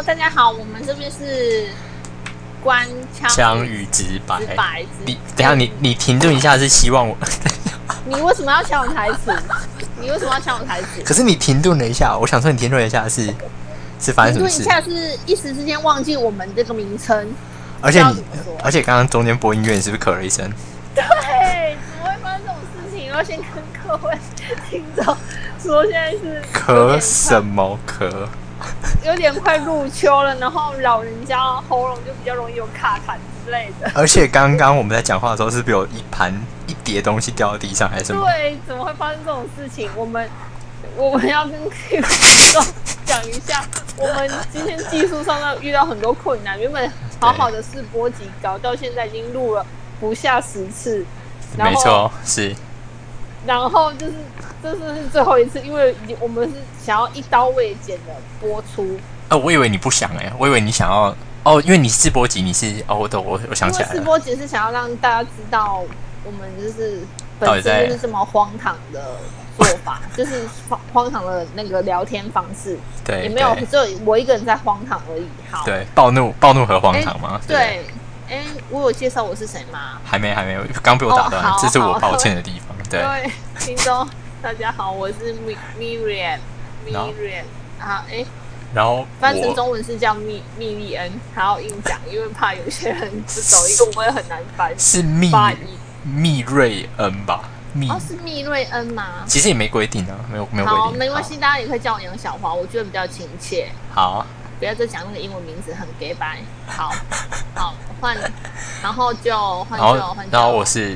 大家好，我们这边是官枪与直白。 你等一下，你停顿一下，是希望我？ 你为什么要抢我台词？你为什么要抢我台词？ 可是你停顿了一下，我想说你停顿了一下是发生什么事？ 停顿一下是一时之间忘记我们这个名称。 而且刚刚中间播音乐，你是不是咳了一声？ 对，怎么会发生这种事情？我要先跟各位听众说，现在是咳什么咳？ 有点快入秋了，然后老人家喉咙就比较容易有卡痰之类的。 而且刚刚我们在讲话的时候，是不是有一叠东西掉到地上，还是什么？ 对，怎么会发生这种事情？我们要跟听众讲一下，我们今天技术上遇到很多困难，原本好好的试播集，搞到现在已经录了不下10次， 没错，是。 然后这是最后一次，因为我们是想要一刀未剪的播出。 我以为你不想我以为你想要因为你试播集你是我想起来了。 因为试播集是想要让大家知道我们就是本身就是这么荒唐的做法，就是荒唐的那个聊天方式。 对， 也没有只有我一个人在荒唐而已。好， 对，暴怒和荒唐吗？ 对。我有介绍我是谁吗？ 还没，刚被我打断，这是我抱歉的地方。对， 听众大家好，我是 Miriam 啊， 然后翻成中文是叫蜜莉恩，还要硬讲，因为怕有些人不懂，因为我也很难翻。 是蜜瑞恩吧？ 是蜜瑞恩吗？ 其实也没规定啊，没有规定。 好，没关系，大家也可以叫我杨小华，我觉得比较亲切。 好。 不要再讲那个英文名字，很 gay 白。好，换，然后就换。 然后我是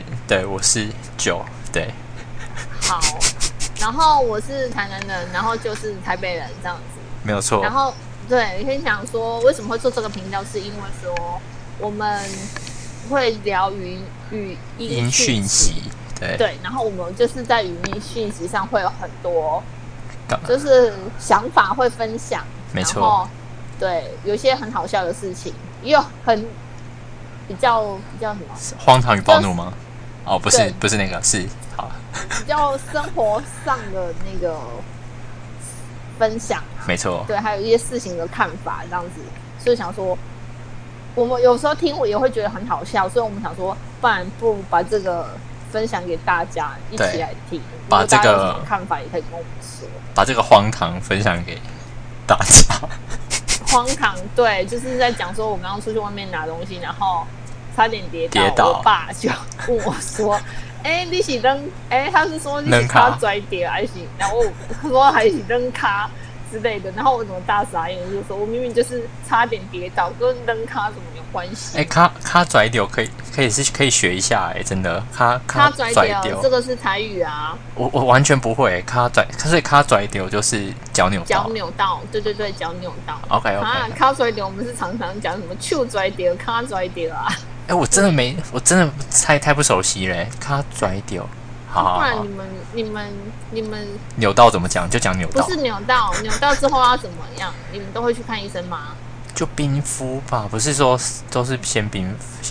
9，对。 好，然后我是台南人，然后就是台北人这样子， 没有错。 然后对，你可以想说为什么会做这个频道，是因为说我们会聊语音讯息，对，然后我们就是在语音讯息上会有很多，就是想法会分享， 没错。 对，有一些很好笑的事情，也有很比较什么荒唐与暴怒吗？不是那个，是好比较生活上的那个分享， 没错。 对，还有一些事情的看法这样子，所以想说，我们有时候听我也会觉得很好笑，所以我们想说，不如把这个分享给大家一起来听， 把这个看法也可以跟我们说， 把这个荒唐分享给大家。 荒唐，对，就是在讲说我刚刚出去外面拿东西，然后差点跌倒，我爸就问我说：“你是扔？他是说你是卡拽跌还是？然后他说还是扔卡之类的，然后我怎么大傻眼，就说我明明就是差点跌倒，跟扔卡怎么有关系？ 卡拽丢可以学一下真的卡拽丢， 这个是台语啊。 我完全不会所以卡拽丢就是脚扭到，对，脚扭到。 OK 卡拽丢我们是常常讲什么手拽丢、卡拽丢啊。 我真的太不熟悉了，卡拽丢。好， 不然你们扭到怎么讲？就讲扭到。 不是扭到之后要怎么样？你们都会去看医生吗？ 就冰敷吧，不是说都是先冰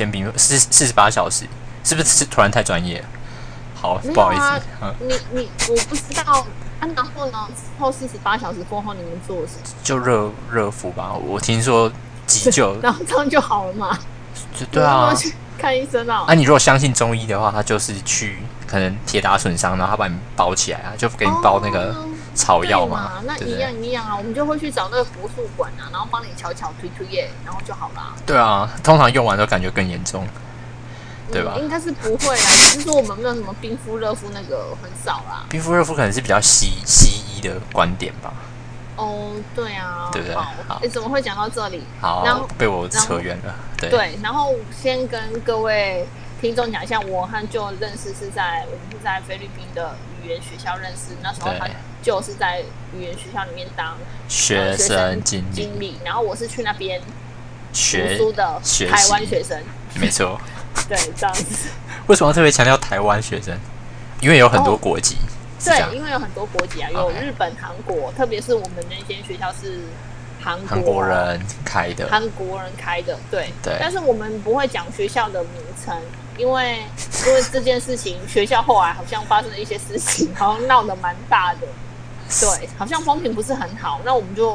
48小时，是不是突然太专业了？好，不好意思。 我不知道然后呢？后48小时过后你们做什么？ 就热敷吧。我听说急救， 然后这样就好了嘛？ 对啊。 去看医生啊？ 你如果相信中医的话，他就是去可能铁打损伤，然后他把你包起来就给你包那个草药嘛。 那一样啊，我们就会去找那个国术馆啊，然后帮你敲推耶，然后就好啦。 对啊，通常用完都感觉更严重，对吧？ 应该是不会啦，只是说我们没有什么冰敷热敷那个很少啦。 冰敷热敷可能是比较西医的观点吧。 对啊， 对不对？ 好，怎么会讲到这里？ 好，然后被我扯远了。 对，然后先跟各位听众讲一下，我和就认识我们是在菲律宾的语言学校认识，那时候他就是在语言学校里面当学生经理， 然后我是去那边读书的台湾学生， 没错。 对，这样子。 为什么要特别强调台湾学生？因为有很多国籍。 对，因为有很多国籍啊，有日本、韩国，特别是我们那间学校是韩国人开的，对。但是我们不会讲学校的名称，因为这件事情，学校后来好像发生了一些事情，好像闹得蛮大的，对，好像风评不是很好。那我们就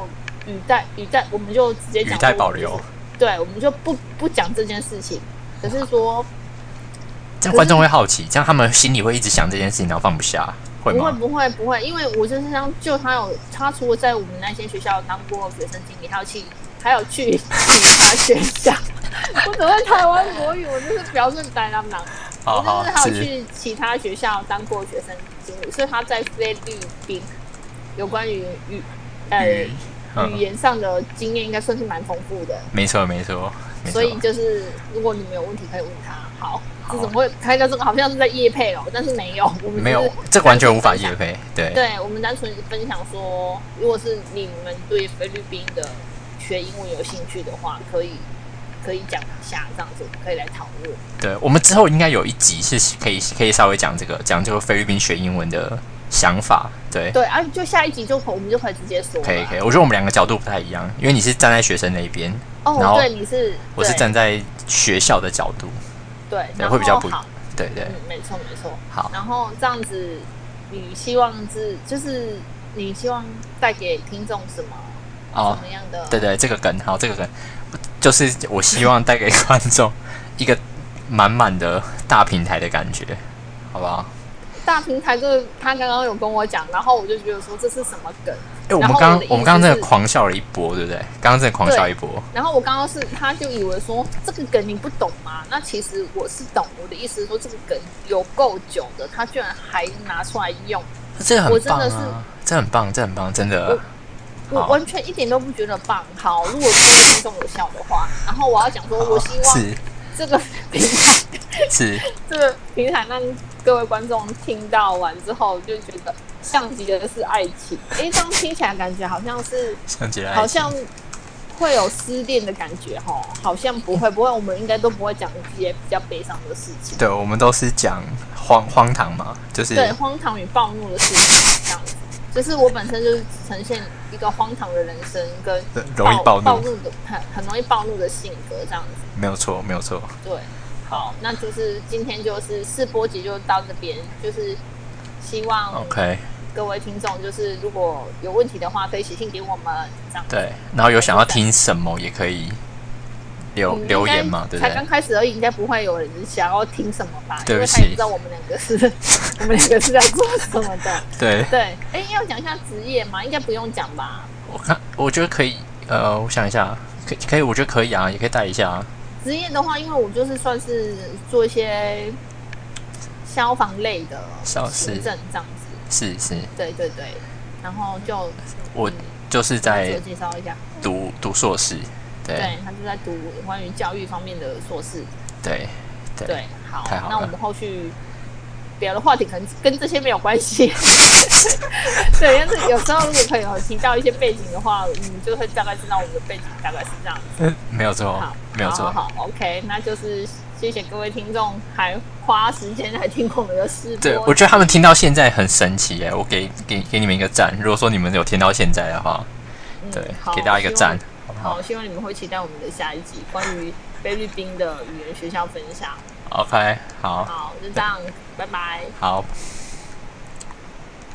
我们就直接讲语带保留。 对，我们就不讲这件事情。可是说， 这样观众会好奇，这样他们心里会一直想这件事情，然后放不下，会吗？ 不会，因为我就是像他除了在我们那些学校当过学生经理，还有去其他学校。我只会台湾国语，我就是标准台南人。我就是还有去其他学校当过学生经理，所以他在菲律宾有关于语言上的经验应该算是蛮丰富的。 没错。 所以就是如果你们有问题可以问他。好，这怎么会开到这个好像是在业配哦？但是没有，我们没有，这完全无法业配。对， 我们单纯分享说，如果是你们对菲律宾的学英文有兴趣的话，可以讲一下，这样子可以来讨论。 对，我们之后应该有一集是可以稍微讲这个菲律宾学英文的想法。对啊，就下一集我们就可以直接说。 可以，我觉得我们两个角度不太一样，因为你是站在学生那一边，然后我是站在学校的角度， 对， 会比较不好。对， 没错。 好， 然后这样子，你希望就是你希望带给听众什么什么样的？ 对，这个梗就是我希望带给观众一个满满的大平台的感觉，好不好？ 大平台就是他刚刚有跟我讲，然后我就觉得说这是什么梗？ 我们刚刚真的狂笑了一波，对不对？刚刚真的狂笑一波。 然后我刚刚他就以为说这个梗你不懂吗？那其实我是懂，我的意思是说这个梗有够久的，他居然还拿出来用， 这个很棒啊！这很棒，真的。 我完全一点都不觉得棒。好，如果各位听众有笑的话，然后我要讲说，我希望这个平台这个平台让各位观众听到完之后，就觉得像极的是爱情。这样听起来感觉好像是好像会有失恋的感觉哈，好像不会，我们应该都不会讲一些比较悲伤的事情。 对，我们都是讲荒唐嘛，就是对荒唐与暴怒的事情这样子。就是我本身就是呈现一个荒唐的人生，跟容易暴怒的很容易暴怒的性格这样子。 没有错。 对，好，那就是今天就是试播集就到这边，就是希望各位听众就是如果有问题的话，可以写信给我们这样。 对，然后有想要听什么也可以留言嘛，对不对？ 才刚开始而已，应该不会有人想要听什么吧？ 对不起， 因为他也不知道我们两个是在做什么的。 对， 要讲一下职业吗？应该不用讲吧？ 我觉得可以。我想一下，可以，我觉得可以啊，也可以带一下啊。 职业的话，因为我就是算是做一些消防类的行政这样子。是。对。然后我就是在介绍一下读硕士。 对，他就在读关于教育方面的硕士。对，好，那我们后续别的话题可能跟这些没有关系。对，但是有时候如果可以有提到一些背景的话，你就会大概知道我们的背景大概是这样子。 没有错，没有错。 好 ，OK， 那就是谢谢各位听众还花时间来听我们的试播。 对，我觉得他们听到现在很神奇耶，我给你们一个赞。如果说你们有听到现在的话，对，给大家一个赞。 好，希望你们会期待我们的下一集关于菲律宾的语言学校分享。 OK， 好， 就这样，拜拜。 好。